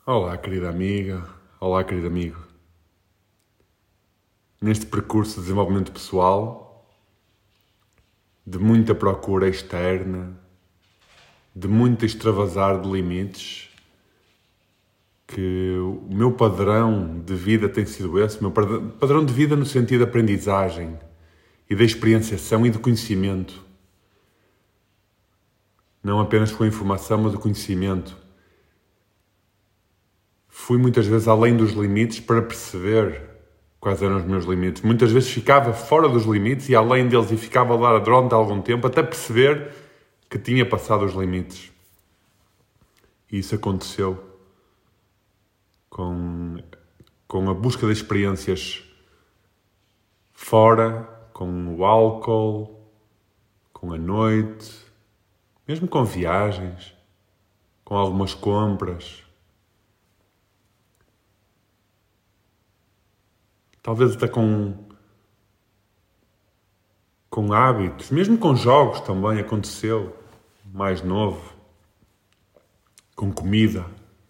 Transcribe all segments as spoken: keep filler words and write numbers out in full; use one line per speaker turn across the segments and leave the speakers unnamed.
Olá, querida amiga. Olá, querido amigo. Neste percurso de desenvolvimento pessoal, de muita procura externa, de muito extravasar de limites, que o meu padrão de vida tem sido esse, o meu padrão de vida no sentido de aprendizagem e de experienciação e de conhecimento. Não apenas com a informação, mas o conhecimento. Fui muitas vezes além dos limites para perceber quais eram os meus limites. Muitas vezes ficava fora dos limites e além deles e ficava lá durante algum tempo até perceber que tinha passado os limites. E isso aconteceu com, com a busca de experiências fora, com o álcool, com a noite, mesmo com viagens, com algumas compras. Talvez até com, com hábitos, mesmo com jogos também aconteceu, mais novo, com comida.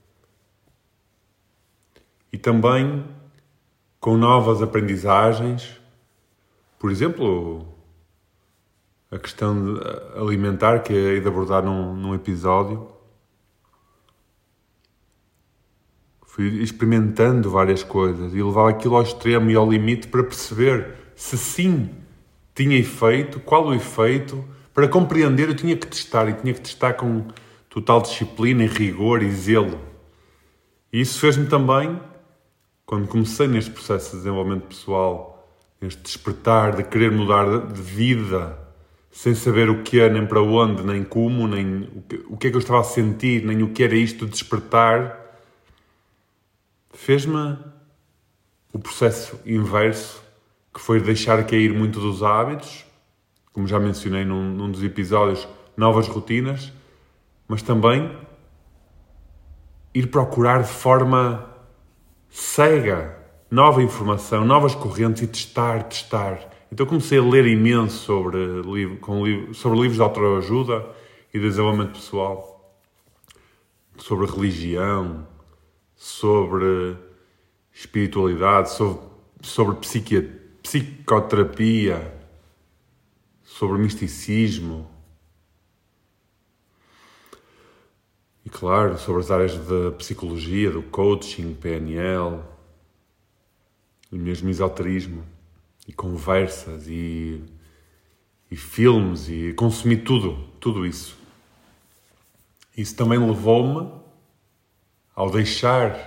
E também com novas aprendizagens, por exemplo, a questão alimentar, que é de abordar num, num episódio. Fui experimentando várias coisas e levava aquilo ao extremo e ao limite para perceber se sim tinha efeito, qual o efeito. Para compreender eu tinha que testar e tinha que testar com total disciplina e rigor e zelo. E isso fez-me também, quando comecei neste processo de desenvolvimento pessoal, neste despertar de querer mudar de vida, sem saber o que é, nem para onde, nem como, nem o que, o que é que eu estava a sentir, nem o que era isto de despertar, fez-me o processo inverso, que foi deixar cair muito dos hábitos, como já mencionei num, num dos episódios, novas rotinas, mas também ir procurar de forma cega nova informação, novas correntes e testar, testar. Então comecei a ler imenso sobre, com, sobre livros de autoajuda e desenvolvimento pessoal, sobre religião, sobre espiritualidade, sobre, sobre psiquiatria, psicoterapia, sobre misticismo e, claro, sobre as áreas da psicologia, do coaching, P N L e mesmo esoterismo e conversas e, e filmes e consumi tudo, tudo isso. Isso também levou-me, ao deixar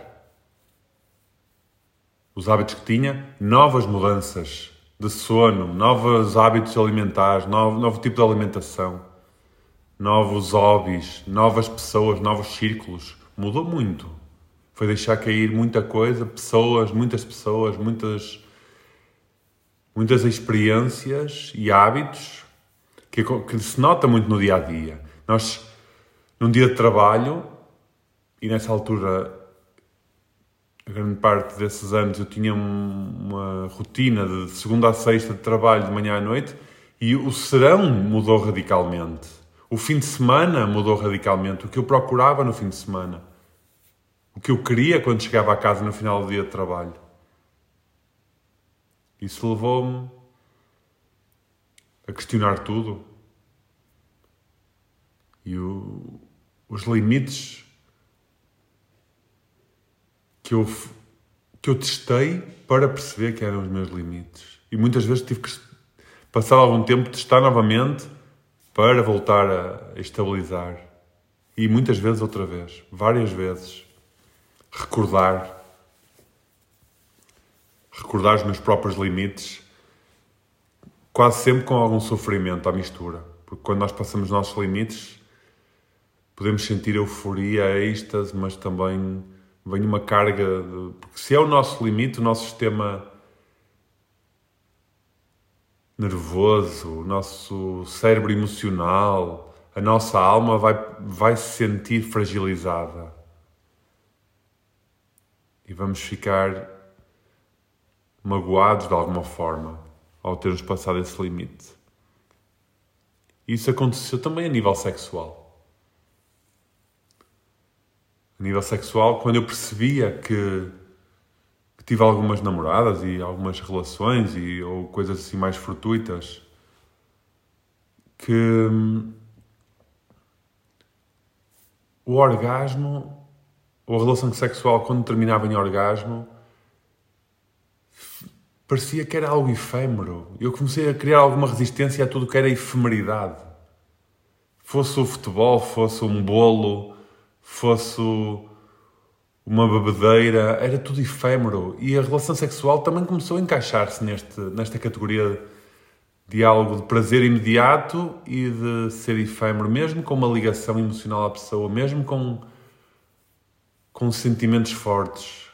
os hábitos que tinha, novas mudanças de sono, novos hábitos alimentares, novo, novo tipo de alimentação, novos hobbies, novas pessoas, novos círculos. Mudou muito. Foi deixar cair muita coisa, pessoas, muitas pessoas, muitas, muitas experiências e hábitos que, que se nota muito no dia-a-dia. Nós, num dia de trabalho, e nessa altura, a grande parte desses anos, eu tinha uma rotina de segunda a sexta de trabalho, de manhã à noite, e o serão mudou radicalmente. O fim de semana mudou radicalmente. O que eu procurava no fim de semana. O que eu queria quando chegava a casa no final do dia de trabalho. Isso levou-me a questionar tudo. E o, os limites que eu, que eu testei para perceber que eram os meus limites. E muitas vezes tive que passar algum tempo, testar novamente para voltar a estabilizar. E muitas vezes outra vez. Várias vezes. Recordar. Recordar os meus próprios limites. Quase sempre com algum sofrimento à mistura. Porque quando nós passamos os nossos limites, podemos sentir euforia, êxtase, mas também vem uma carga de... Porque se é o nosso limite, o nosso sistema nervoso, o nosso cérebro emocional, a nossa alma vai, vai se sentir fragilizada. E vamos ficar magoados de alguma forma ao termos passado esse limite. Isso aconteceu também a nível sexual. a nível sexual, quando eu percebia que, que tive algumas namoradas e algumas relações e, ou coisas assim mais fortuitas, que hum, o orgasmo, ou a relação sexual quando terminava em orgasmo, parecia que era algo efêmero. Eu comecei a criar alguma resistência a tudo que era efemeridade. Fosse o futebol, fosse um bolo, fosse uma bebedeira, era tudo efêmero. E a relação sexual também começou a encaixar-se neste, nesta categoria de algo de prazer imediato e de ser efêmero, mesmo com uma ligação emocional à pessoa, mesmo com, com sentimentos fortes.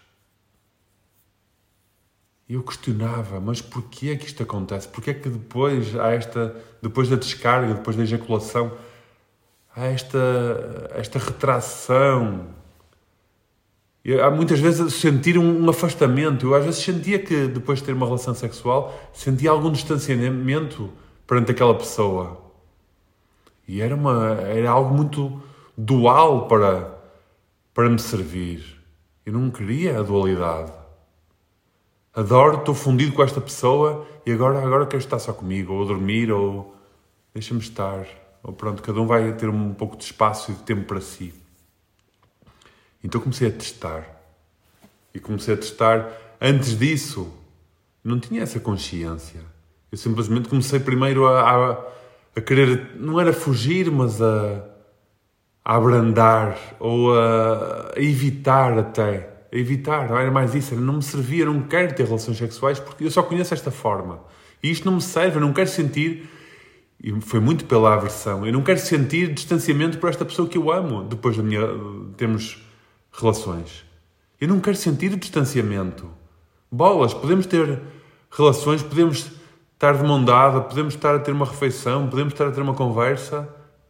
E eu questionava, mas porquê é que isto acontece? Porquê é que depois, há esta, depois da descarga, depois da ejaculação, há esta, esta retração? E há muitas vezes sentir um, um afastamento. Eu às vezes sentia que depois de ter uma relação sexual, sentia algum distanciamento perante aquela pessoa. E era, uma, era algo muito dual para, para me servir. Eu não queria a dualidade. Adoro, estou fundido com esta pessoa e agora, agora quero estar só comigo, ou dormir, ou deixa-me estar. Ou pronto, cada um vai ter um pouco de espaço e de tempo para si. Então comecei a testar. E comecei a testar. Antes disso, não tinha essa consciência. Eu simplesmente comecei primeiro a, a, a querer, não era fugir, mas a, a abrandar, ou a, a evitar até. A evitar, não era mais isso, não me servia, eu não quero ter relações sexuais porque eu só conheço esta forma. E isto não me serve, eu não quero sentir, e foi muito pela aversão, eu não quero sentir distanciamento por esta pessoa que eu amo, depois de, minha, de termos relações. Eu não quero sentir distanciamento. Bolas, podemos ter relações, podemos estar de mão dada, podemos estar a ter uma refeição, podemos estar a ter uma conversa,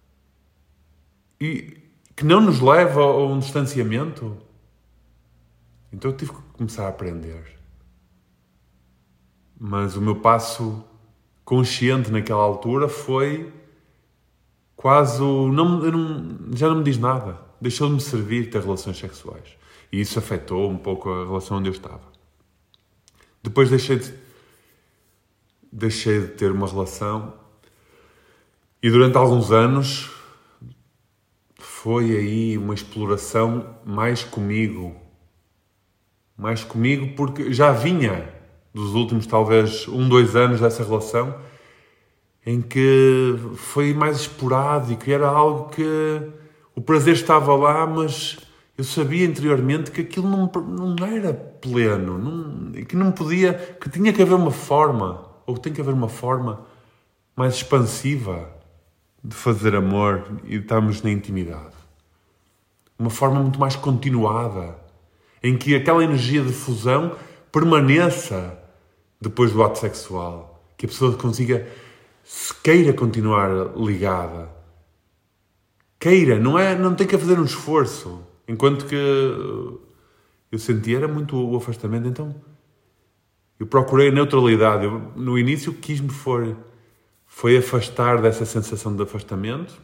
e que não nos leva a um distanciamento. Então eu tive que começar a aprender. Mas o meu passo consciente naquela altura foi quase o... Não, eu não, já não me diz nada. Deixou de me servir ter relações sexuais. E isso afetou um pouco a relação onde eu estava. Depois deixei de, deixei de ter uma relação e durante alguns anos foi aí uma exploração mais comigo. Mais comigo porque já vinha dos últimos talvez um, dois anos dessa relação em que foi mais esporádico e era algo que o prazer estava lá, mas eu sabia interiormente que aquilo não, não era pleno, não, que não podia, que tinha que haver uma forma, ou tem que haver uma forma mais expansiva de fazer amor e de estarmos na intimidade. Uma forma muito mais continuada, em que aquela energia de fusão permaneça depois do ato sexual. Que a pessoa consiga, se queira continuar ligada. Queira, não, é, não tem que fazer um esforço. Enquanto que eu sentia era muito o afastamento, então eu procurei a neutralidade. Eu, no início quis-me foi, foi afastar dessa sensação de afastamento,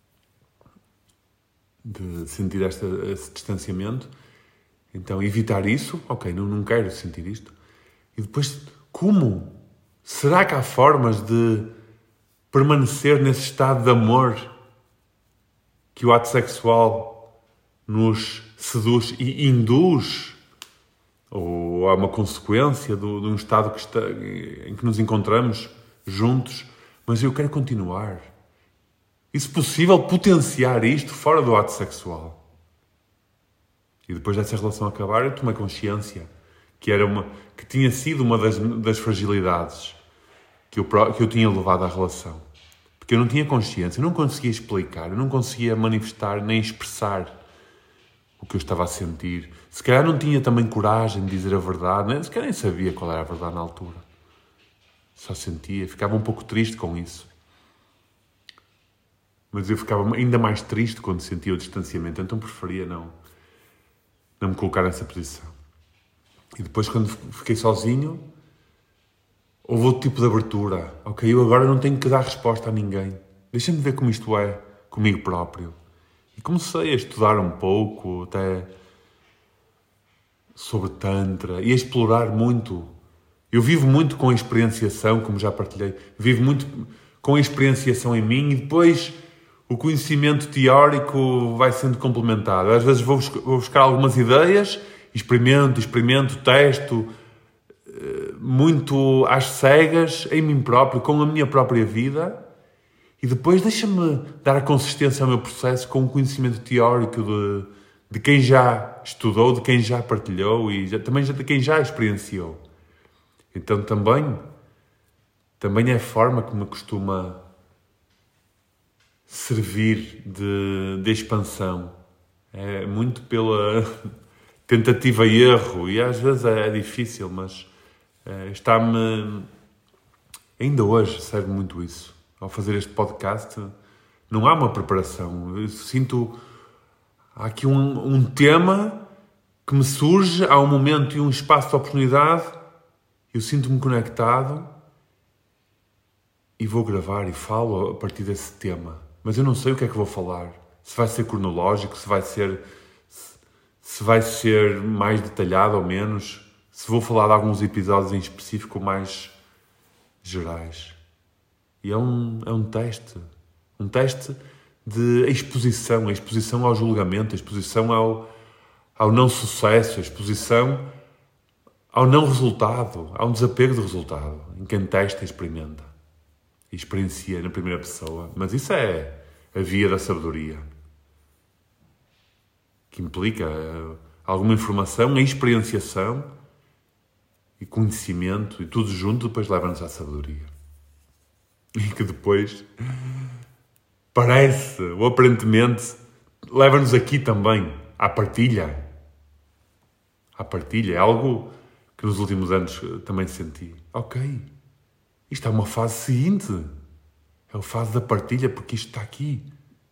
de sentir esta, esse distanciamento. Então, evitar isso, ok, não, não quero sentir isto. E depois, como? Será que há formas de permanecer nesse estado de amor que o ato sexual nos seduz e induz? Ou há uma consequência do, de um estado que está, em que nos encontramos juntos, mas eu quero continuar. E, se possível, potenciar isto fora do ato sexual. E depois dessa relação acabar, eu tomei consciência que, era uma, que tinha sido uma das, das fragilidades que eu, que eu tinha levado à relação. Porque eu não tinha consciência, eu não conseguia explicar, eu não conseguia manifestar nem expressar o que eu estava a sentir. Se calhar não tinha também coragem de dizer a verdade, nem, se calhar nem sabia qual era a verdade na altura. Só sentia, ficava um pouco triste com isso. Mas eu ficava ainda mais triste quando sentia o distanciamento, então preferia não. não me colocar nessa posição. E depois, quando fiquei sozinho, houve outro tipo de abertura. Ok, eu agora não tenho que dar resposta a ninguém. Deixa-me ver como isto é comigo próprio. E comecei a estudar um pouco, até sobre Tantra, e a explorar muito. Eu vivo muito com a experienciação, como já partilhei. Vivo muito com a experienciação em mim e depois o conhecimento teórico vai sendo complementado. Às vezes vou buscar, vou buscar algumas ideias, experimento, experimento, testo, muito às cegas, em mim próprio, com a minha própria vida, e depois deixa-me dar a consistência ao meu processo com o conhecimento teórico de, de quem já estudou, de quem já partilhou e já, também de quem já experienciou. Então também, também é a forma que me costuma servir de, de expansão. É muito pela tentativa e erro, e às vezes é, é difícil, mas é, está-me... Ainda hoje serve muito isso. Ao fazer este podcast, não há uma preparação. Eu sinto... Há aqui um, um tema que me surge, há um momento e um espaço de oportunidade, eu sinto-me conectado e vou gravar e falo a partir desse tema. Mas eu não sei o que é que vou falar. Se vai ser cronológico, se vai ser, se vai ser mais detalhado ou menos, se vou falar de alguns episódios em específico ou mais gerais. E é um, é um teste. Um teste de exposição, a exposição ao julgamento, a exposição ao, ao não sucesso, a exposição ao não resultado, ao desapego do resultado, em quem testa e experimenta. E experiencia na primeira pessoa. Mas isso é a via da sabedoria. Que implica alguma informação, a experienciação e conhecimento, e tudo junto depois leva-nos à sabedoria. E que depois parece, ou aparentemente, leva-nos aqui também, à partilha. À partilha. É algo que nos últimos anos também senti. Ok, isto é uma fase seguinte. É a fase da partilha, porque isto está aqui.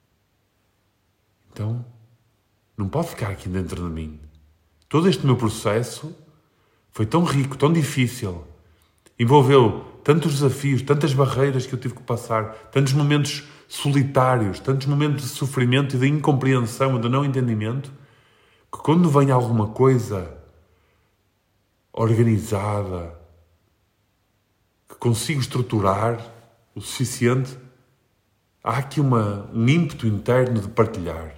Então, não pode ficar aqui dentro de mim. Todo este meu processo foi tão rico, tão difícil. Envolveu tantos desafios, tantas barreiras que eu tive que passar, tantos momentos solitários, tantos momentos de sofrimento e de incompreensão e de não entendimento, que quando vem alguma coisa organizada, que consigo estruturar o suficiente, há aqui uma, um ímpeto interno de partilhar.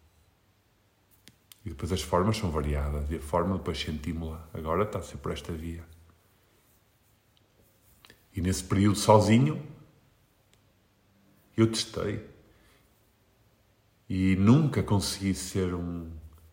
E depois as formas são variadas e a forma depois sentimos-la. Agora está a ser por esta via. E nesse período sozinho, eu testei. E nunca consegui ser um,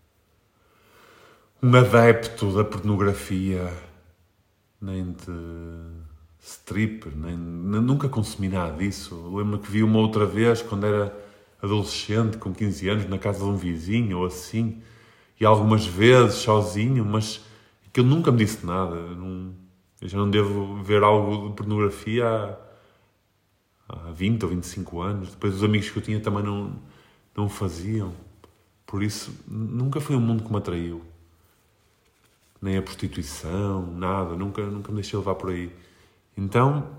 um adepto da pornografia, nem de stripper, nem, nunca consumi nada disso. Lembro-me que vi uma outra vez, quando era adolescente, com quinze anos, na casa de um vizinho ou assim, e algumas vezes sozinho, mas aquilo nunca me disse nada. Não, eu já não devo ver algo de pornografia há, há vinte ou vinte e cinco anos. Depois os amigos que eu tinha também não, não o faziam. Por isso, nunca foi um mundo que me atraiu. Nem a prostituição, nada. Nunca, nunca me deixei levar por aí. Então,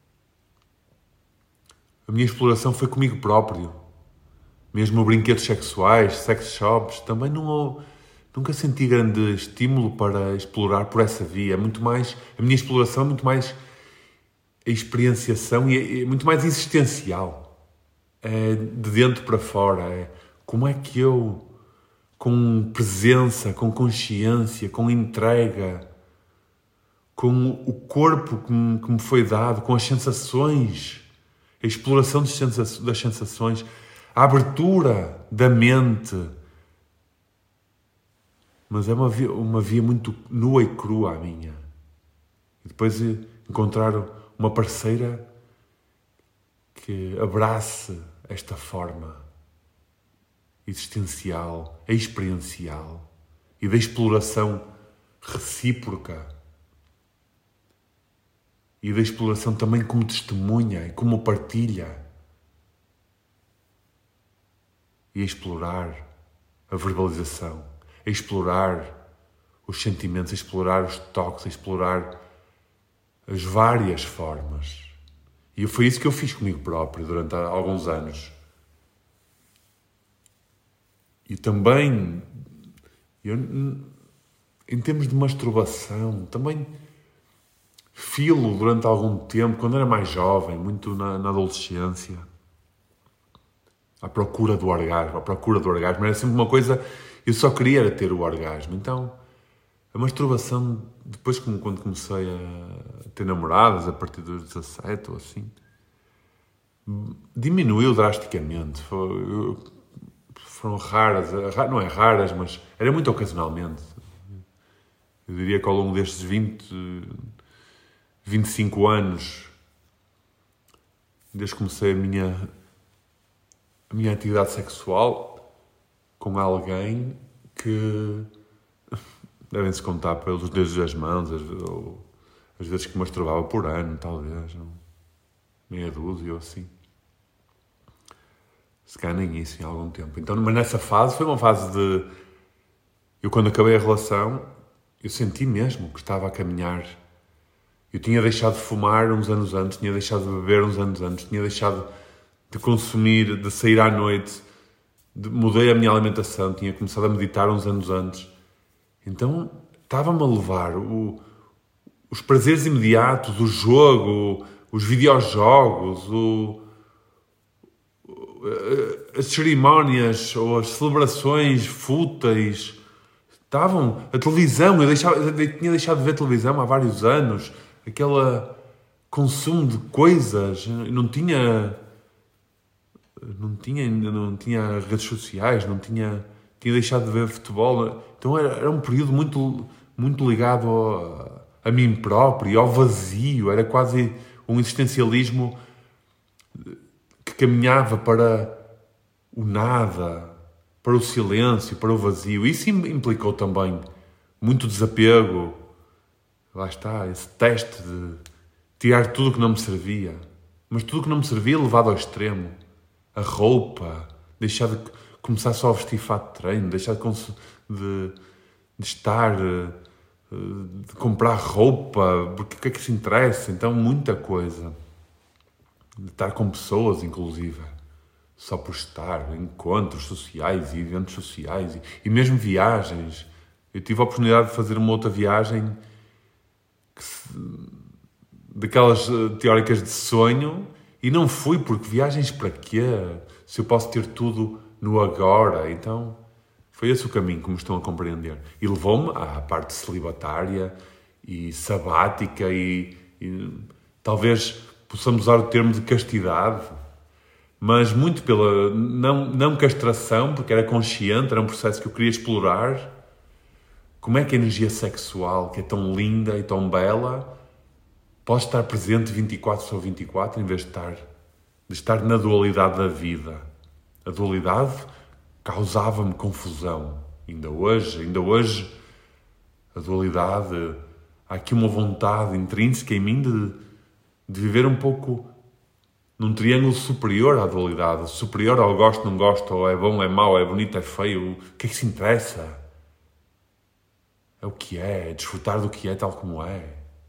a minha exploração foi comigo próprio. Mesmo brinquedos sexuais, sex shops, também não, nunca senti grande estímulo para explorar por essa via. É muito mais, a minha exploração é muito mais a experienciação e é, é muito mais existencial. É de dentro para fora. É como é que eu, com presença, com consciência, com entrega, com o corpo que me, que me foi dado, com as sensações, a exploração das sensações, a abertura da mente. Mas é uma via, uma via muito nua e crua a minha. E depois encontrar uma parceira que abrace esta forma existencial, experiencial e da exploração recíproca e da exploração também como testemunha e como partilha. E a explorar a verbalização, a explorar os sentimentos, a explorar os toques, a explorar as várias formas. E foi isso que eu fiz comigo próprio durante alguns anos. E também, eu, em termos de masturbação, também filo durante algum tempo, quando era mais jovem, muito na, na adolescência, à procura do orgasmo, à procura do orgasmo. Era sempre uma coisa, eu só queria era ter o orgasmo. Então, a masturbação, depois quando comecei a ter namoradas, a partir dos dezassete ou assim, diminuiu drasticamente. Foi, foram raras, não é raras, mas era muito ocasionalmente. Eu diria que ao longo destes vinte, vinte e cinco anos, desde que comecei a minha, a minha atividade sexual com alguém que devem-se contar pelos dedos das mãos, ou às vezes que masturbava por ano, talvez, meia dúzia ou assim. Se calhar nem isso em algum tempo. Então, mas nessa fase, foi uma fase de... Eu, quando acabei a relação, eu senti mesmo que estava a caminhar. Eu tinha deixado de fumar uns anos antes, tinha deixado de beber uns anos antes, tinha deixado de consumir, de sair à noite, de... mudei a minha alimentação, tinha começado a meditar uns anos antes. Então, estava-me a levar o... os prazeres imediatos, o jogo, os videojogos, o... as cerimónias ou as celebrações fúteis, estavam, a televisão, eu, deixava, eu tinha deixado de ver televisão há vários anos, aquele consumo de coisas, não tinha, não tinha, não tinha redes sociais, não tinha, tinha deixado de ver futebol, então era, era um período muito, muito ligado a, a mim próprio, ao vazio, era quase um existencialismo que caminhava para o nada, para o silêncio, para o vazio. Isso implicou também muito desapego. Lá está, esse teste de tirar tudo o que não me servia. Mas tudo o que não me servia levado ao extremo. A roupa, deixar de começar só a vestir fato de treino, deixar de, de, de estar, de comprar roupa, porque o que é que se interessa? Então, muita coisa. De estar com pessoas, inclusive, só por estar, encontros sociais e eventos sociais e, e mesmo viagens. Eu tive a oportunidade de fazer uma outra viagem que se, daquelas teóricas de sonho e não fui, porque viagens para quê? Se eu posso ter tudo no agora. Então, foi esse o caminho que me estão a compreender. E levou-me à parte celibatária e sabática e, e talvez... possamos usar o termo de castidade, mas muito pela não, não castração, porque era consciente, era um processo que eu queria explorar. Como é que a energia sexual, que é tão linda e tão bela, pode estar presente vinte e quatro sobre vinte e quatro, em vez de estar, de estar na dualidade da vida. A dualidade causava-me confusão. Ainda hoje, ainda hoje, a dualidade, há aqui uma vontade intrínseca em mim de de viver um pouco num triângulo superior à dualidade, superior ao gosto, não gosto, ou é bom, é mau, é bonito, é feio. O que é que se interessa? É o que é, é desfrutar do que é tal como é.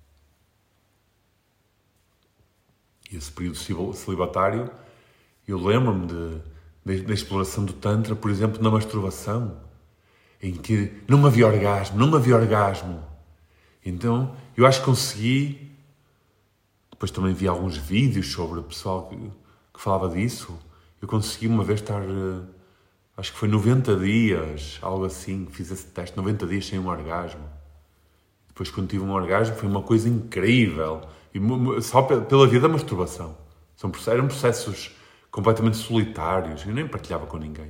E esse período celibatário, eu lembro-me de, de, da exploração do Tantra, por exemplo, na masturbação, em que não havia orgasmo, não havia orgasmo. Então, eu acho que consegui... Depois também vi alguns vídeos sobre o pessoal que, que falava disso. Eu consegui uma vez estar, acho que foi noventa dias, algo assim, fiz esse teste, noventa dias sem um orgasmo. Depois, quando tive um orgasmo, foi uma coisa incrível. E só pela via da masturbação. São, eram processos completamente solitários. Eu nem partilhava com ninguém.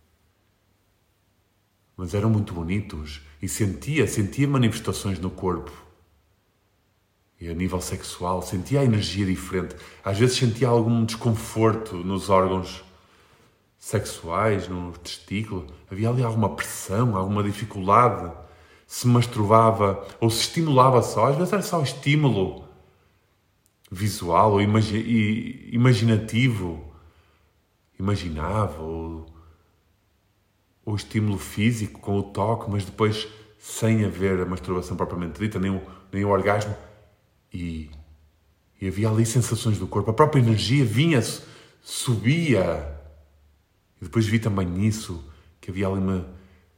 Mas eram muito bonitos. E sentia, sentia manifestações no corpo. E a nível sexual, sentia a energia diferente. Às vezes sentia algum desconforto nos órgãos sexuais, no testículo. Havia ali alguma pressão, alguma dificuldade. Se masturbava ou se estimulava só. Às vezes era só estímulo visual ou imagi- imaginativo. Imaginava. Ou, ou estímulo físico com o toque, mas depois sem haver a masturbação propriamente dita, nem o, nem o orgasmo. E, e havia ali sensações do corpo. A própria energia vinha, subia. E depois vi também nisso, que havia ali uma...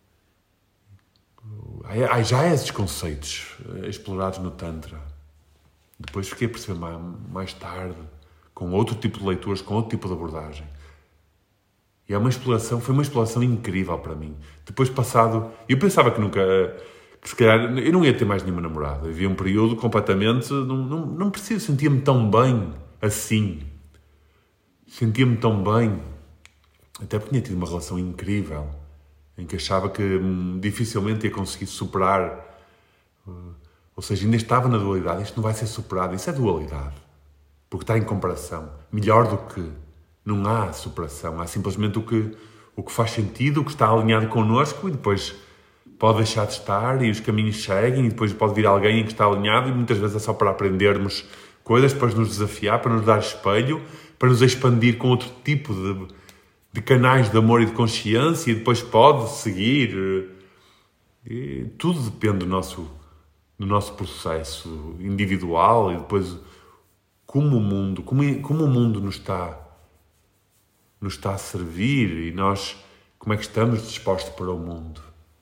Há já esses conceitos explorados no Tantra. Depois fiquei a perceber mais, mais tarde, com outro tipo de leituras, com outro tipo de abordagem. E é uma exploração, foi uma exploração incrível para mim. Depois passado... Eu pensava que nunca... Que se calhar eu não ia ter mais nenhuma namorada. Havia um período completamente... Não, não, não preciso, sentia-me tão bem assim. Sentia-me tão bem. Até porque tinha tido uma relação incrível, em que achava que hum, dificilmente ia conseguir superar. Uh, ou seja, ainda estava na dualidade. Isto não vai ser superado. Isso é dualidade. Porque está em comparação. Melhor do que... Não há superação. Há simplesmente o que, o que faz sentido, o que está alinhado connosco, e depois pode deixar de estar e os caminhos seguem, e depois pode vir alguém que está alinhado, e muitas vezes é só para aprendermos coisas, para nos desafiar, para nos dar espelho, para nos expandir com outro tipo de, de canais de amor e de consciência, e depois pode seguir. E tudo depende do nosso, do nosso processo individual, e depois como o mundo, como, como o mundo nos está... nos está a servir, e nós, como é que estamos dispostos para o mundo.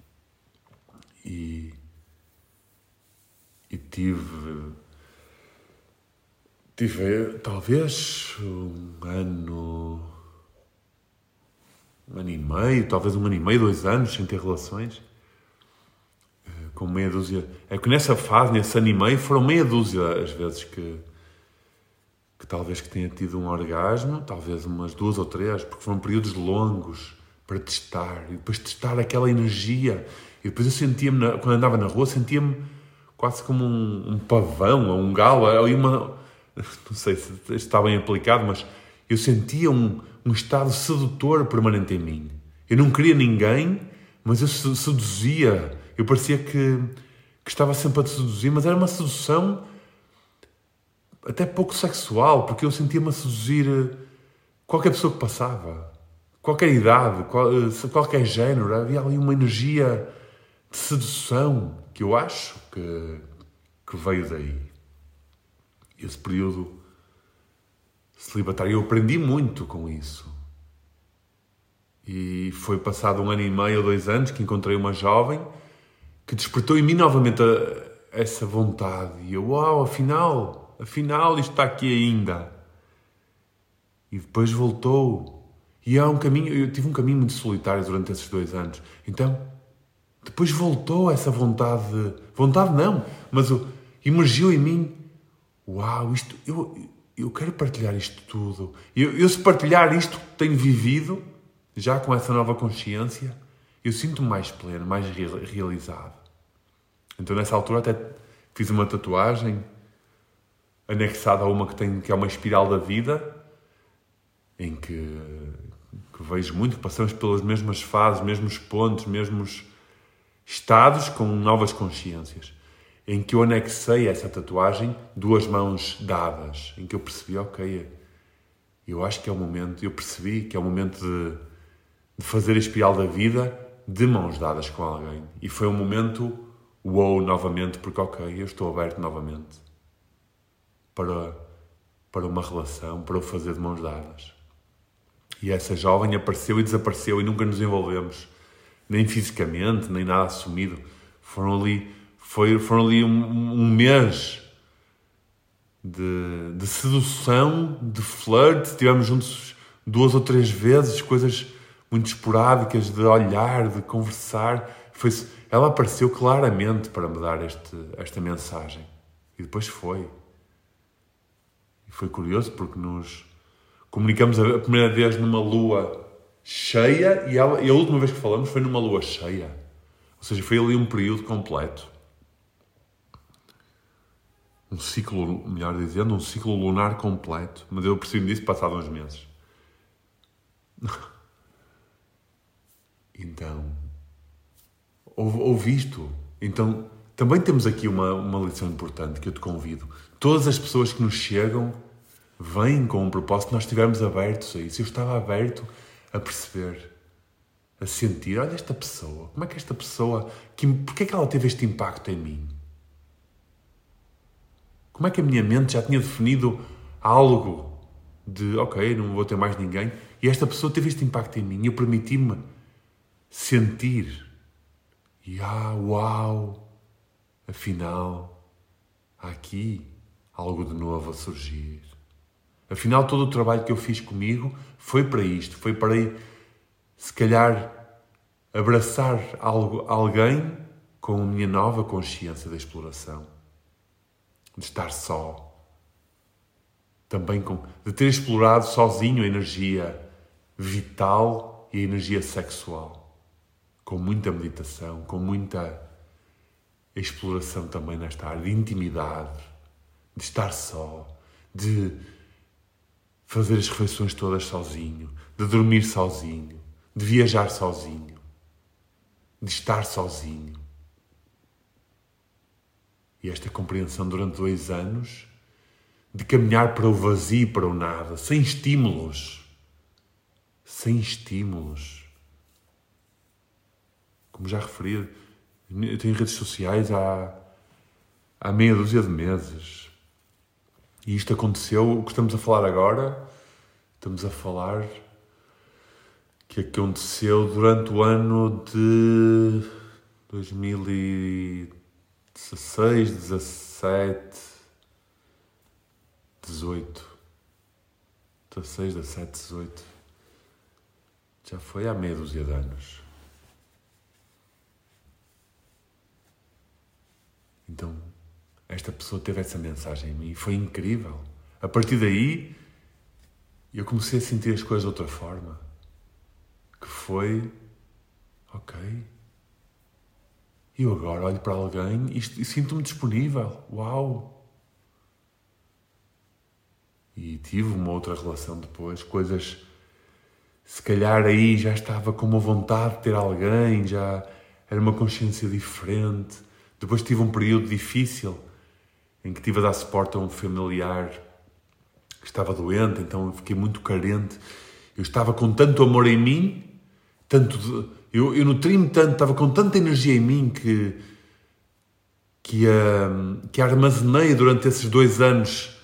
E, e tive, tive, talvez, um ano, um ano e meio, talvez um ano e meio, dois anos, sem ter relações, com meia dúzia. É que nessa fase, nesse ano e meio, foram meia dúzia as vezes que que talvez que tenha tido um orgasmo, talvez umas duas ou três, porque foram períodos longos para testar, e depois testar aquela energia. E depois eu sentia-me, na, quando andava na rua, sentia-me quase como um, um pavão, ou um galo, ali uma... Não sei se isto está bem aplicado, mas eu sentia um, um estado sedutor permanente em mim. Eu não queria ninguém, mas eu seduzia. Eu parecia que, que estava sempre a te seduzir, mas era uma sedução... até pouco sexual, porque eu sentia-me a seduzir qualquer pessoa que passava. Qualquer idade, qual, qualquer género. Havia ali uma energia de sedução que eu acho que, que veio daí. Esse período celibatário, eu aprendi muito com isso. E foi passado um ano e meio ou dois anos que encontrei uma jovem que despertou em mim novamente a, essa vontade. E eu, uau, afinal... Afinal, isto está aqui ainda. E depois voltou. E há um caminho... Eu tive um caminho muito solitário durante esses dois anos. Então, depois voltou essa vontade... Vontade não, mas emergiu em mim. Uau, isto... Eu, eu quero partilhar isto tudo. Eu, eu se partilhar isto que tenho vivido, já com essa nova consciência, eu sinto-me mais pleno, mais realizado. Então, nessa altura, até fiz uma tatuagem... anexada a uma que, tem, que é uma espiral da vida, em que, que vejo muito, que passamos pelas mesmas fases, mesmos pontos, mesmos estados com novas consciências, em que eu anexei essa tatuagem, duas mãos dadas, em que eu percebi, ok, eu acho que é o momento, eu percebi que é o momento de, de fazer a espiral da vida de mãos dadas com alguém. E foi um momento, uou, novamente, porque ok, eu estou aberto novamente. Para, para uma relação, para o fazer de mãos dadas. E essa jovem apareceu e desapareceu e nunca nos envolvemos, nem fisicamente, nem nada assumido. Foram ali, foi, foram ali um, um mês de, de sedução, de flerte, estivemos juntos duas ou três vezes, coisas muito esporádicas, de olhar, de conversar. Foi, ela apareceu claramente para me dar este, esta mensagem. E depois foi. Foi curioso porque nos comunicamos a primeira vez numa lua cheia e, ela, e a última vez que falamos foi numa lua cheia. Ou seja, foi ali um período completo. Um ciclo, melhor dizendo, um ciclo lunar completo. Mas eu percebi disso passado uns meses. Então, ouvi isto. Então, também temos aqui uma, uma lição importante que eu te convido. Todas as pessoas que nos chegam vêm com um propósito, nós estivermos abertos a isso. Eu estava aberto a perceber, a sentir, olha esta pessoa, como é que esta pessoa, que, porque é que ela teve este impacto em mim? Como é que a minha mente já tinha definido algo de, ok, não vou ter mais ninguém, e esta pessoa teve este impacto em mim, e eu permiti-me sentir. E ah, uau, afinal, há aqui algo de novo a surgir. Afinal, todo o trabalho que eu fiz comigo foi para isto, foi para, se calhar, abraçar algo, alguém com a minha nova consciência da exploração. De estar só. Também com, de ter explorado sozinho a energia vital e a energia sexual. Com muita meditação, com muita exploração também nesta área de intimidade, de estar só, de fazer as refeições todas sozinho, de dormir sozinho, de viajar sozinho, de estar sozinho. E esta compreensão durante dois anos de caminhar para o vazio e para o nada, sem estímulos. Sem estímulos. Como já referi, eu tenho redes sociais há, há meia dúzia de meses. E isto aconteceu, o que estamos a falar agora, estamos a falar que aconteceu durante o ano de dois mil e dezasseis, dezassete, dezoito. dezasseis, dezassete, dezoito. Já foi há meia dúzia de anos. Então, esta pessoa teve essa mensagem em mim e foi incrível. A partir daí, eu comecei a sentir as coisas de outra forma. Que foi, ok, e eu agora olho para alguém e, e sinto-me disponível. Uau! E tive uma outra relação depois, coisas, se calhar aí já estava com uma vontade de ter alguém, já era uma consciência diferente. Depois tive um período difícil em que tive a dar suporte a um familiar que estava doente, então eu fiquei muito carente. Eu estava com tanto amor em mim, tanto de, eu, eu nutri-me tanto, estava com tanta energia em mim que, que, uh, que armazenei durante esses dois anos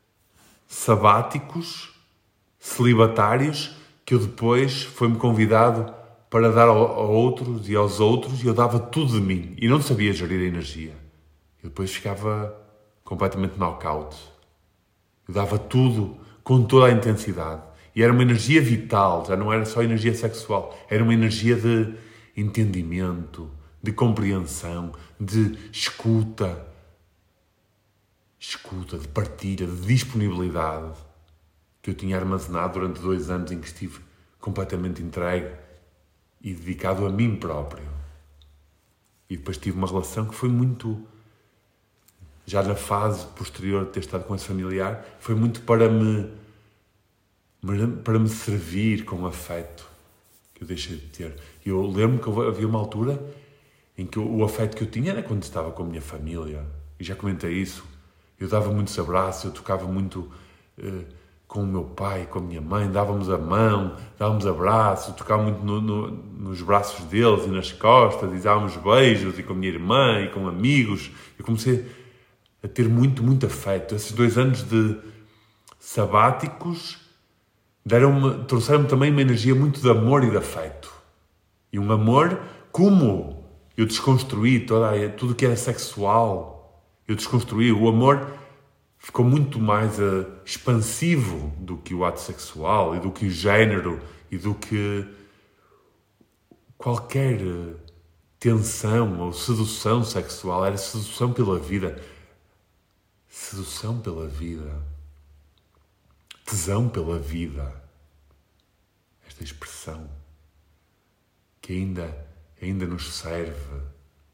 sabáticos, celibatários, que eu depois foi-me convidado para dar a outros e aos outros, e eu dava tudo de mim. E não sabia gerir a energia. Eu depois ficava completamente knockout. Eu dava tudo com toda a intensidade. E era uma energia vital, já não era só energia sexual. Era uma energia de entendimento, de compreensão, de escuta. Escuta, de partilha, de disponibilidade. Que eu tinha armazenado durante dois anos em que estive completamente entregue e dedicado a mim próprio. E depois tive uma relação que foi muito, já na fase posterior de ter estado com esse familiar, foi muito para me, para me servir com afeto, que eu deixei de ter. Eu lembro que havia uma altura em que o afeto que eu tinha era quando estava com a minha família. E já comentei isso. Eu dava muitos abraços, eu tocava muito... Uh, com o meu pai, com a minha mãe, dávamos a mão, dávamos abraços, tocava muito no, no, nos braços deles e nas costas, e dávamos beijos, e com a minha irmã, e com amigos. Eu comecei a ter muito, muito afeto. Esses dois anos de sabáticos deram-me, trouxeram-me também uma energia muito de amor e de afeto. E um amor como eu desconstruí toda, tudo que era sexual. Eu desconstruí o amor... Ficou muito mais uh, expansivo do que o ato sexual e do que o género e do que qualquer uh, tensão ou sedução sexual. Era sedução pela vida. Sedução pela vida. Tesão pela vida. Esta expressão que ainda, ainda nos serve.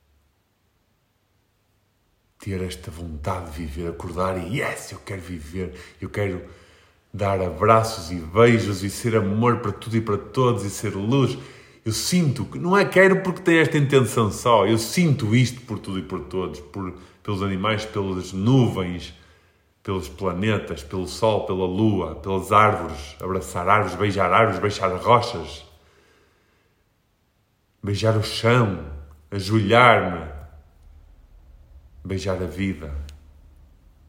Ter esta vontade de viver, acordar e yes, eu quero viver, eu quero dar abraços e beijos e ser amor para tudo e para todos e ser luz. Eu sinto, que não é quero porque tenho esta intenção só, eu sinto isto por tudo e por todos, por, pelos animais, pelas nuvens, pelos planetas, pelo sol, pela lua, pelas árvores, abraçar árvores, beijar árvores, beijar rochas, beijar o chão, ajoelhar-me, beijar a vida.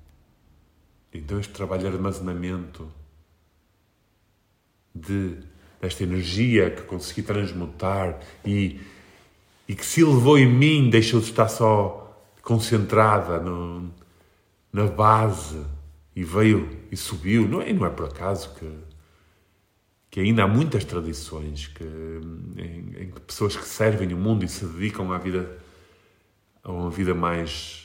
Então este trabalho de armazenamento, de desta energia que consegui transmutar e, e que se elevou em mim, deixou de estar só concentrada no, na base e veio e subiu. Não é, não é por acaso que, que ainda há muitas tradições que, em, em que pessoas que servem o mundo e se dedicam à vida, a uma vida mais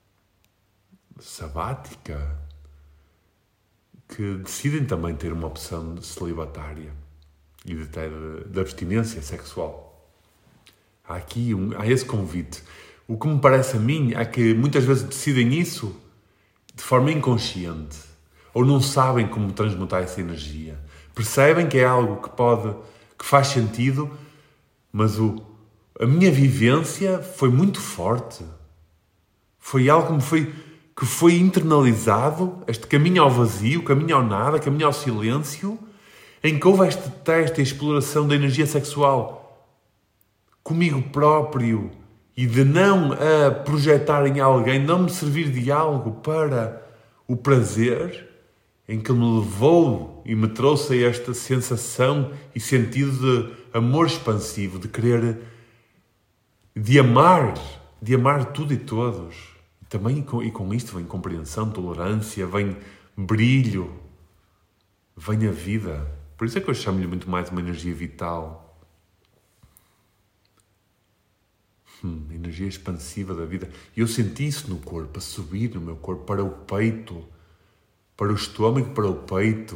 sabática, que decidem também ter uma opção celibatária e de ter de abstinência sexual. Há aqui um, há esse convite. O que me parece a mim é que muitas vezes decidem isso de forma inconsciente ou não sabem como transmutar essa energia. Percebem que é algo que pode, que faz sentido, mas o, a minha vivência foi muito forte. Foi algo que me foi, que foi internalizado, este caminho ao vazio, caminho ao nada, caminho ao silêncio, em que houve este teste e exploração da energia sexual comigo próprio e de não a projetar em alguém, não me servir de algo para o prazer, em que me levou e me trouxe a esta sensação e sentido de amor expansivo, de querer, de amar, de amar tudo e todos. E também e com, e com isto vem compreensão, tolerância, vem brilho, vem a vida. Por isso é que eu chamo-lhe muito mais uma energia vital. Hum, energia expansiva da vida. E eu senti isso no corpo, a subir no meu corpo, para o peito, para o estômago, para o peito.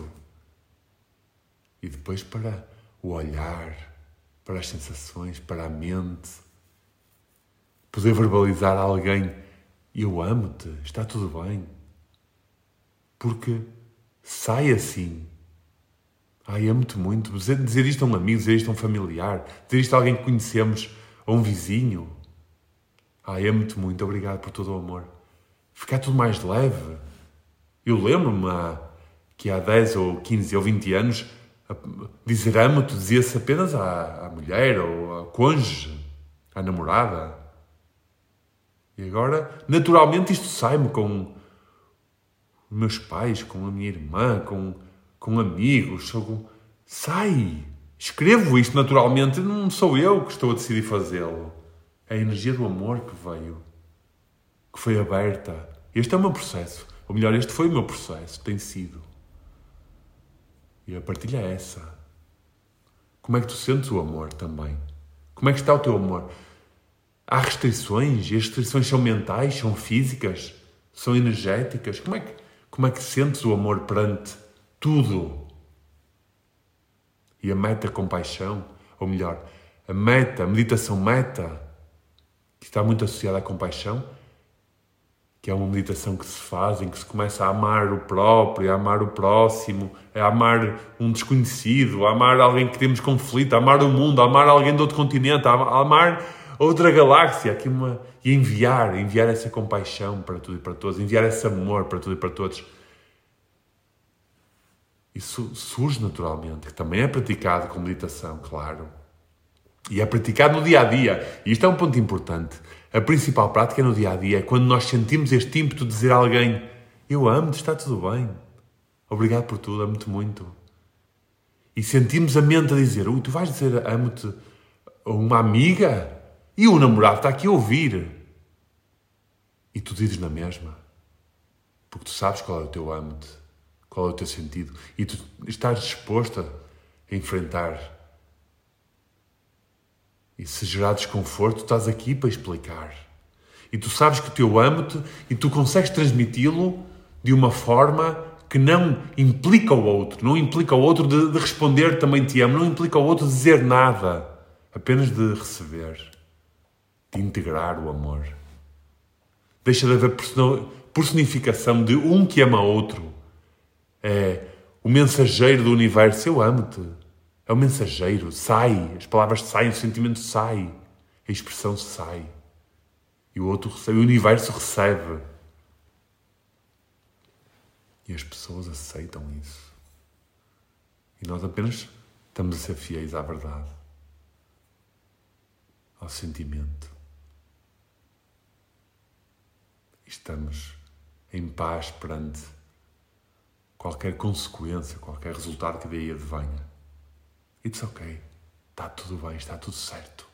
E depois para o olhar, para as sensações, para a mente. Poder verbalizar a alguém: eu amo-te, está tudo bem. Porque sai assim. Ai, amo-te muito. Dizer, dizer isto a um amigo, dizer isto a um familiar, dizer isto a alguém que conhecemos, a um vizinho. Ai, amo-te muito, obrigado por todo o amor. Ficar tudo mais leve. Eu lembro-me há, que há dez ou quinze ou vinte anos, dizer amo-te dizia-se apenas à, à mulher ou ao cônjuge, à namorada. E agora, naturalmente, isto sai-me com os meus pais, com a minha irmã, com, com amigos. Com... Sai! Escrevo isto naturalmente, não sou eu que estou a decidir fazê-lo. É a energia do amor que veio, que foi aberta. Este é o meu processo. Ou melhor, este foi o meu processo, tem sido. E a partilha é essa. Como é que tu sentes o amor também? Como é que está o teu amor? Há restrições? E as restrições são mentais, são físicas, são energéticas? Como é que, como é que sentes o amor perante tudo? E a meta-compaixão, ou melhor, a meta, a meditação meta, que está muito associada à compaixão, que é uma meditação que se faz, em que se começa a amar o próprio, a amar o próximo, a amar um desconhecido, a amar alguém que temos conflito, a amar o mundo, a amar alguém de outro continente, a amar outra galáxia, aqui uma, e enviar, enviar essa compaixão para tudo e para todos, enviar esse amor para tudo e para todos. Isso surge naturalmente, que também é praticado com meditação, claro. E é praticado no dia-a-dia. E isto é um ponto importante. A principal prática é no dia-a-dia. É quando nós sentimos este ímpeto de dizer a alguém: eu amo-te, está tudo bem. Obrigado por tudo, amo-te muito. E sentimos a mente a dizer: ui, tu vais dizer amo-te a uma amiga? E o namorado está aqui a ouvir. E tu dizes na mesma. Porque tu sabes qual é o teu amo-te. Qual é o teu sentido. E tu estás disposto a enfrentar. E se gerar desconforto, estás aqui para explicar. E tu sabes que o teu amo-te e tu consegues transmiti-lo de uma forma que não implica o outro. Não implica o outro de, de responder também te amo. Não implica o outro de dizer nada. Apenas de receber. De integrar o amor. Deixa de haver personificação de um que ama outro. É o mensageiro do universo. Eu amo-te. É o mensageiro, sai, as palavras saem, o sentimento sai, a expressão sai. E o outro recebe, o universo recebe. E as pessoas aceitam isso. E nós apenas estamos a ser fiéis à verdade, ao sentimento. E estamos em paz perante qualquer consequência, qualquer resultado que daí advenha. It's ok. Está tudo bem, está tudo certo.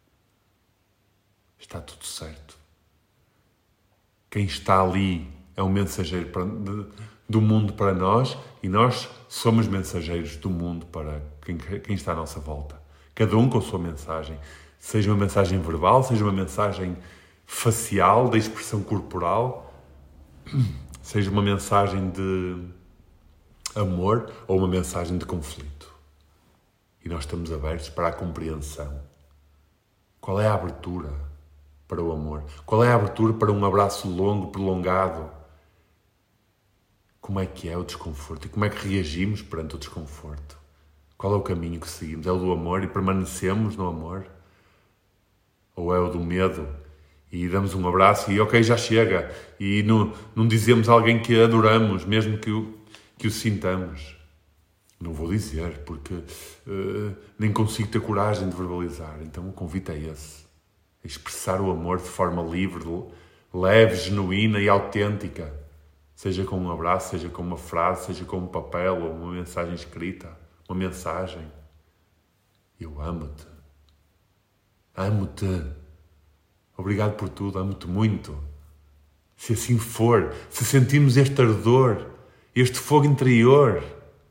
Está tudo certo. Quem está ali é um mensageiro para, de, do mundo para nós e nós somos mensageiros do mundo para quem, quem está à nossa volta. Cada um com a sua mensagem. Seja uma mensagem verbal, seja uma mensagem facial, da expressão corporal, seja uma mensagem de amor ou uma mensagem de conflito. E nós estamos abertos para a compreensão. Qual é a abertura para o amor? Qual é a abertura para um abraço longo, prolongado? Como é que é o desconforto? E como é que reagimos perante o desconforto? Qual é o caminho que seguimos? É o do amor e permanecemos no amor? Ou é o do medo e damos um abraço e ok, já chega, e não, não dizemos a alguém que adoramos, mesmo que o, que o sintamos? Não vou dizer, porque uh, nem consigo ter coragem de verbalizar. Então o convite é esse. É expressar o amor de forma livre, leve, genuína e autêntica. Seja com um abraço, seja com uma frase, seja com um papel ou uma mensagem escrita. Uma mensagem. Eu amo-te. Amo-te. Obrigado por tudo, amo-te muito. Se assim for, se sentirmos este ardor, este fogo interior,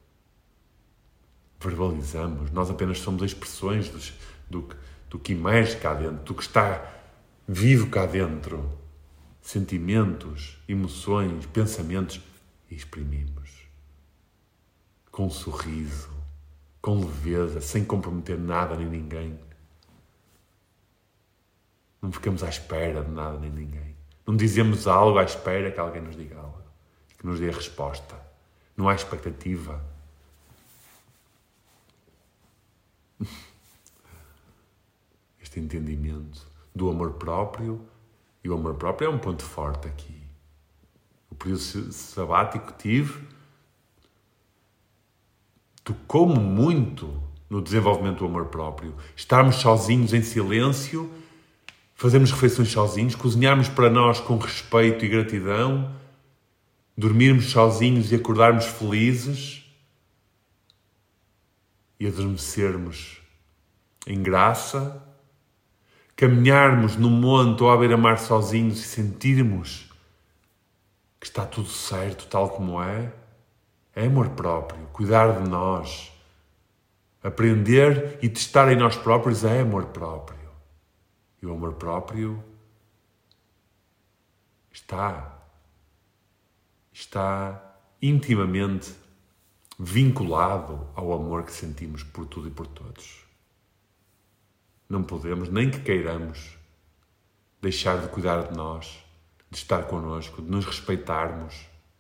verbalizamos. Nós apenas somos expressões dos, do, do que emerge cá dentro, do que está vivo cá dentro. Sentimentos, emoções, pensamentos, e exprimimos. Com um sorriso, com leveza, sem comprometer nada nem ninguém. Não ficamos à espera de nada nem ninguém. Não dizemos algo à espera que alguém nos diga algo, que nos dê a resposta. Não há expectativa. Este entendimento do amor próprio, e o amor próprio é um ponto forte aqui. O período sabático que tive tocou-me muito no desenvolvimento do amor próprio. Estarmos sozinhos em silêncio, fazermos refeições sozinhos, cozinharmos para nós com respeito e gratidão, dormirmos sozinhos e acordarmos felizes e adormecermos em graça, caminharmos no monte ou à beira-mar sozinhos e sentirmos que está tudo certo tal como é, é amor próprio. Cuidar de nós, aprender e testar em nós próprios é amor próprio. E o amor próprio está, está intimamente vinculado ao amor que sentimos por tudo e por todos. Não podemos, nem que queiramos, deixar de cuidar de nós, de estar connosco, de nos respeitarmos,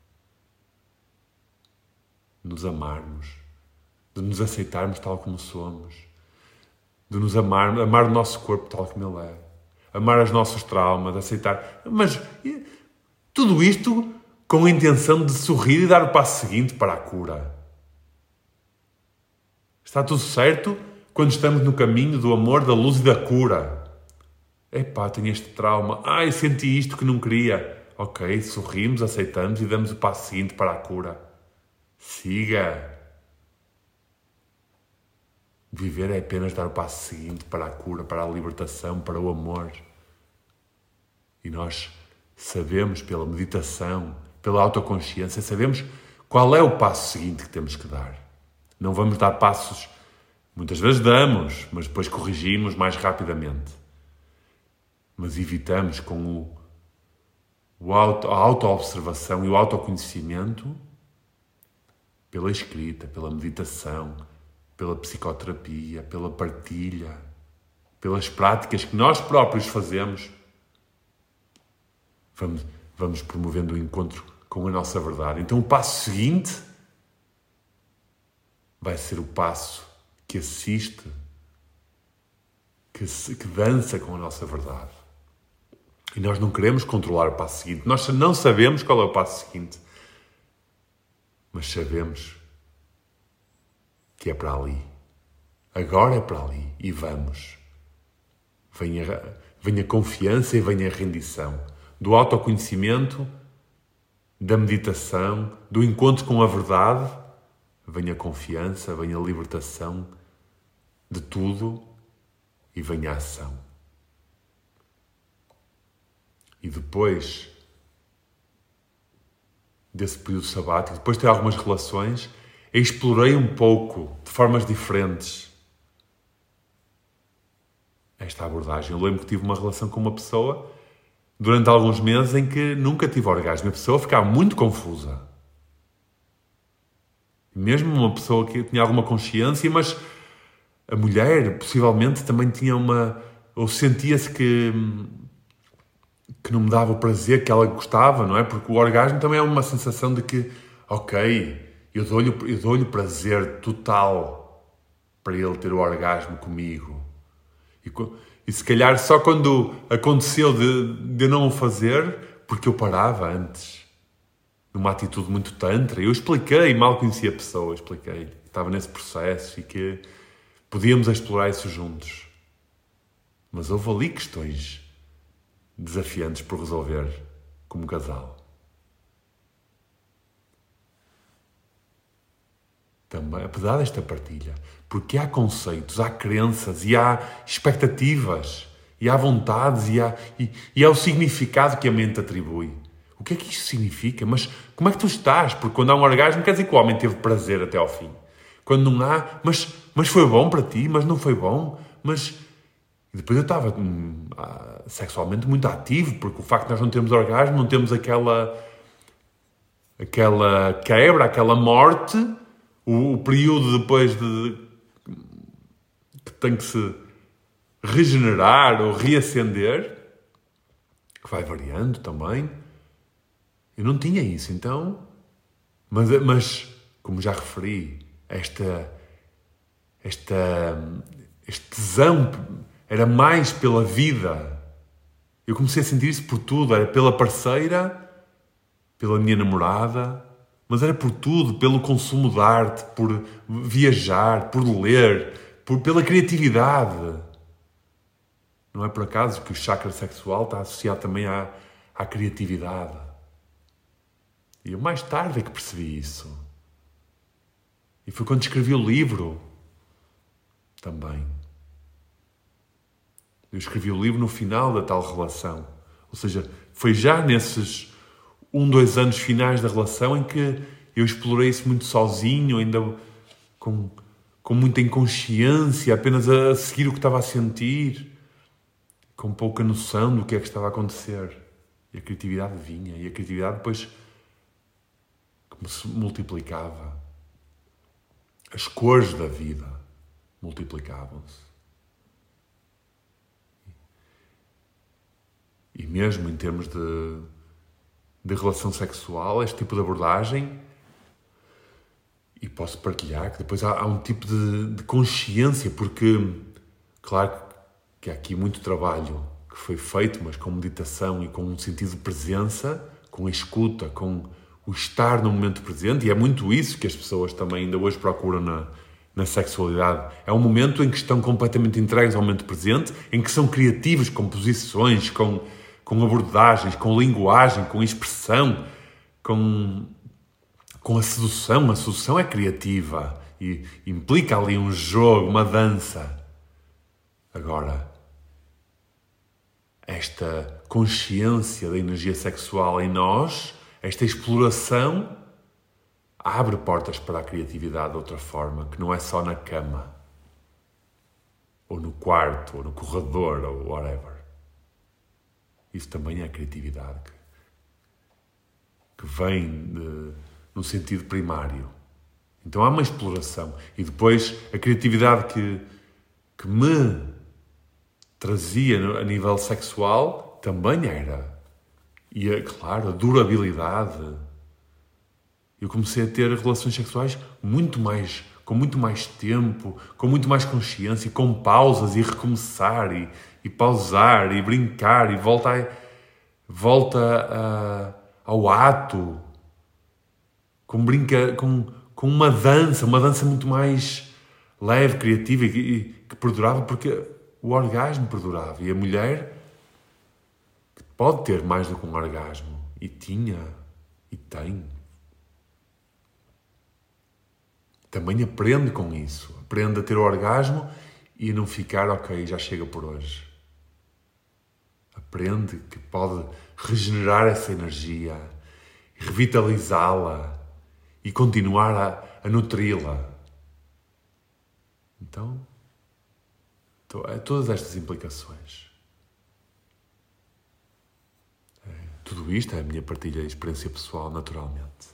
de nos amarmos, de nos aceitarmos tal como somos, de nos amar, amar o nosso corpo tal como ele é, amar os nossos traumas, aceitar. Mas tudo isto com a intenção de sorrir e dar o passo seguinte para a cura. Está tudo certo quando estamos no caminho do amor, da luz e da cura. Epá, tenho este trauma. Ai, senti isto que não queria. Ok, sorrimos, aceitamos e damos o passo seguinte para a cura. Siga. Viver é apenas dar o passo seguinte para a cura, para a libertação, para o amor. E nós sabemos pela meditação, pela autoconsciência, sabemos qual é o passo seguinte que temos que dar. Não vamos dar passos, muitas vezes damos, mas depois corrigimos mais rapidamente. Mas evitamos com o, o auto, a auto-observação e o autoconhecimento pela escrita, pela meditação, pela psicoterapia, pela partilha, pelas práticas que nós próprios fazemos. Vamos, vamos promovendo o encontro com a nossa verdade. Então o passo seguinte vai ser o passo que assiste, que, se, que dança com a nossa verdade. E nós não queremos controlar o passo seguinte. Nós não sabemos qual é o passo seguinte. Mas sabemos que é para ali. Agora é para ali. E vamos. Venha, venha a confiança e venha a rendição. Do autoconhecimento, da meditação, do encontro com a verdade, venha a confiança, venha a libertação, de tudo e vem a ação. E depois desse período sabático, depois de ter algumas relações, explorei um pouco, de formas diferentes, esta abordagem. Eu lembro que tive uma relação com uma pessoa durante alguns meses em que nunca tive orgasmo. A pessoa ficava muito confusa. Mesmo uma pessoa que tinha alguma consciência, mas a mulher possivelmente também tinha uma... ou sentia-se que... que não me dava o prazer que ela gostava, não é? Porque o orgasmo também é uma sensação de que, ok, eu dou-lhe, eu dou-lhe prazer total para ele ter o orgasmo comigo. E, e se calhar só quando aconteceu de, de eu não o fazer, porque eu parava antes, numa atitude muito tantra, eu expliquei, mal conhecia a pessoa, expliquei, estava nesse processo e que podíamos explorar isso juntos. Mas houve ali questões desafiantes por resolver como casal. Também, apesar desta partilha, porque há conceitos, há crenças e há expectativas e há vontades e há, e, e há o significado que a mente atribui. O que é que isto significa? Mas como é que tu estás? Porque quando há um orgasmo quer dizer que o homem teve prazer até ao fim. Quando não há, mas, mas foi bom para ti, mas não foi bom, mas... E depois eu estava hum, sexualmente muito ativo, porque o facto de nós não termos orgasmo, não temos aquela, aquela quebra, aquela morte, o, o período depois de que tem que se regenerar ou reacender, que vai variando também. Eu não tinha isso, então... Mas, mas como já referi, esta, esta, este tesão... era mais pela vida. Eu comecei a sentir isso por tudo. Era pela parceira, pela minha namorada, mas era por tudo, pelo consumo de arte, por viajar, por ler, por, pela criatividade. Não é por acaso que o chakra sexual está associado também à, à criatividade. E eu mais tarde é que percebi isso. E foi quando escrevi o livro também. Eu escrevi o livro no final da tal relação. Ou seja, foi já nesses um, dois anos finais da relação em que eu explorei isso muito sozinho, ainda com, com muita inconsciência, apenas a seguir o que estava a sentir, com pouca noção do que é que estava a acontecer. E a criatividade vinha, e a criatividade depois como se multiplicava. As cores da vida multiplicavam-se. E mesmo em termos de, de relação sexual, este tipo de abordagem, e posso partilhar que depois há, há um tipo de, de consciência, porque, claro que há aqui muito trabalho que foi feito, mas com meditação e com um sentido de presença, com a escuta, com o estar no momento presente, e é muito isso que as pessoas também ainda hoje procuram na, na sexualidade. É um momento em que estão completamente entregues ao momento presente, em que são criativos com posições, com, com abordagens, com linguagem, com expressão, com, com a sedução. A sedução é criativa e implica ali um jogo, uma dança. Agora, esta consciência da energia sexual em nós, esta exploração, abre portas para a criatividade de outra forma, que não é só na cama, ou no quarto, ou no corredor, ou whatever. Isso também é criatividade, que, que vem de, no sentido primário. Então há uma exploração. E depois a criatividade que, que me trazia a nível sexual também era. E, é claro, a durabilidade. Eu comecei a ter relações sexuais muito mais, com muito mais tempo, com muito mais consciência, com pausas e recomeçar e, e pausar e brincar e volta, a, volta a, ao ato, com, brinca, com, com uma dança, uma dança muito mais leve, criativa e, e que perdurava, porque o orgasmo perdurava. E a mulher pode ter mais do que um orgasmo. E tinha. E tem. Também aprende com isso. Aprende a ter o orgasmo e a não ficar, ok, já chega por hoje. Aprende que pode regenerar essa energia, revitalizá-la e continuar a, a nutri-la. Então, todas estas implicações. Tudo isto é a minha partilha de experiência pessoal, naturalmente.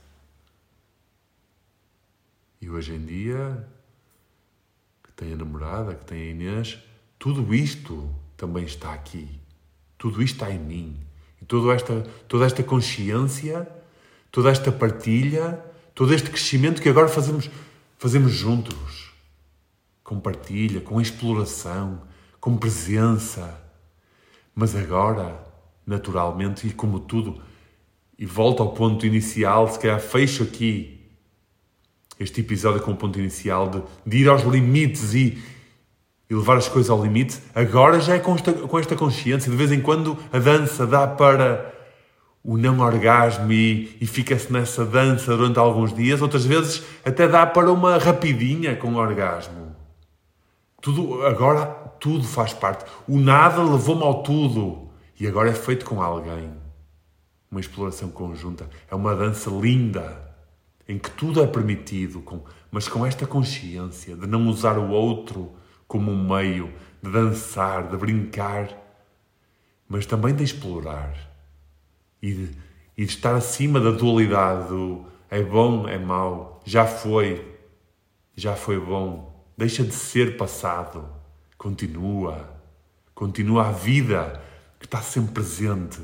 E hoje em dia, que tenho a namorada, que tenho a Inês, tudo isto também está aqui. Tudo isto está em mim. E toda esta, toda esta consciência, toda esta partilha, todo este crescimento que agora fazemos, fazemos juntos. Com partilha, com exploração, com presença. Mas agora, naturalmente, e como tudo, e volto ao ponto inicial, se calhar fecho aqui este episódio com o ponto inicial de, de ir aos limites e, e levar as coisas ao limite, agora já é com esta, com esta consciência. De vez em quando a dança dá para o não orgasmo e, e fica-se nessa dança durante alguns dias. Outras vezes até dá para uma rapidinha com orgasmo. Tudo, agora tudo faz parte. O nada levou-me ao tudo. E agora é feito com alguém. Uma exploração conjunta. É uma dança linda, em que tudo é permitido, com, mas com esta consciência de não usar o outro como um meio de dançar, de brincar, mas também de explorar e de, e de estar acima da dualidade do é bom, é mau, já foi, já foi bom, deixa de ser passado, continua, continua a vida que está sempre presente.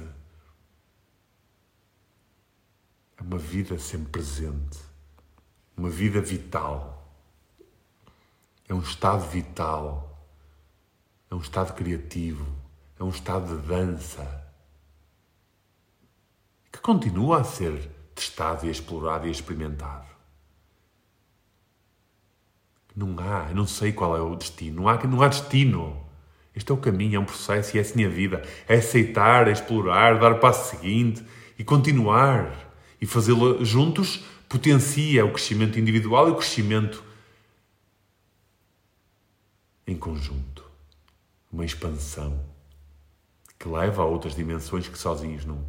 É uma vida sempre presente. Uma vida vital. É um estado vital. É um estado criativo. É um estado de dança. Que continua a ser testado e explorado e experimentado. Não há, eu não sei qual é o destino. Não há, não há destino. Este é o caminho, é um processo e é assim a vida. É aceitar, é explorar, dar o passo seguinte e continuar. E fazê-lo juntos potencia o crescimento individual e o crescimento em conjunto. Uma expansão que leva a outras dimensões que sozinhos não.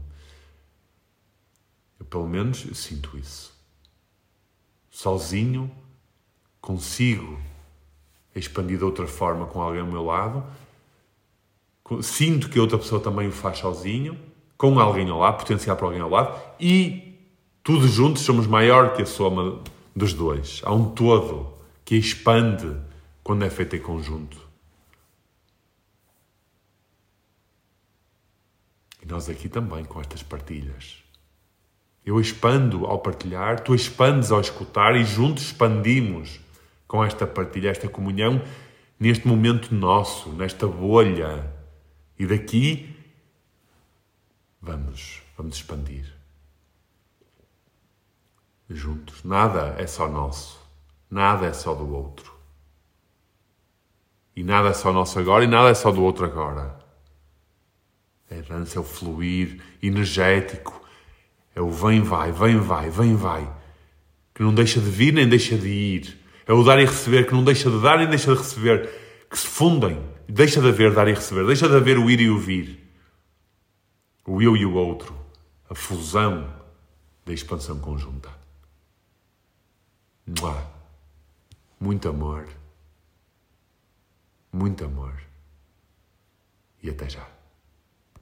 Eu, pelo menos, eu sinto isso. Sozinho consigo expandir de outra forma com alguém ao meu lado. Sinto que outra pessoa também o faz sozinho, com alguém ao lado, potenciar para alguém ao lado e todos juntos somos maior que a soma dos dois. Há um todo que expande quando é feito em conjunto. E nós aqui também com estas partilhas. Eu expando ao partilhar, tu expandes ao escutar e juntos expandimos com esta partilha, esta comunhão, neste momento nosso, nesta bolha. E daqui vamos, vamos expandir. Juntos. Nada é só nosso. Nada é só do outro. E nada é só nosso agora e nada é só do outro agora. É a dança, é o fluir energético. É o vem-vai, vem-vai, vem-vai. Que não deixa de vir nem deixa de ir. É o dar e receber que não deixa de dar nem deixa de receber. Que se fundem. Deixa de haver dar e receber. Deixa de haver o ir e o vir. O eu e o outro. A fusão da expansão conjunta. Muito amor. Muito amor. E até já.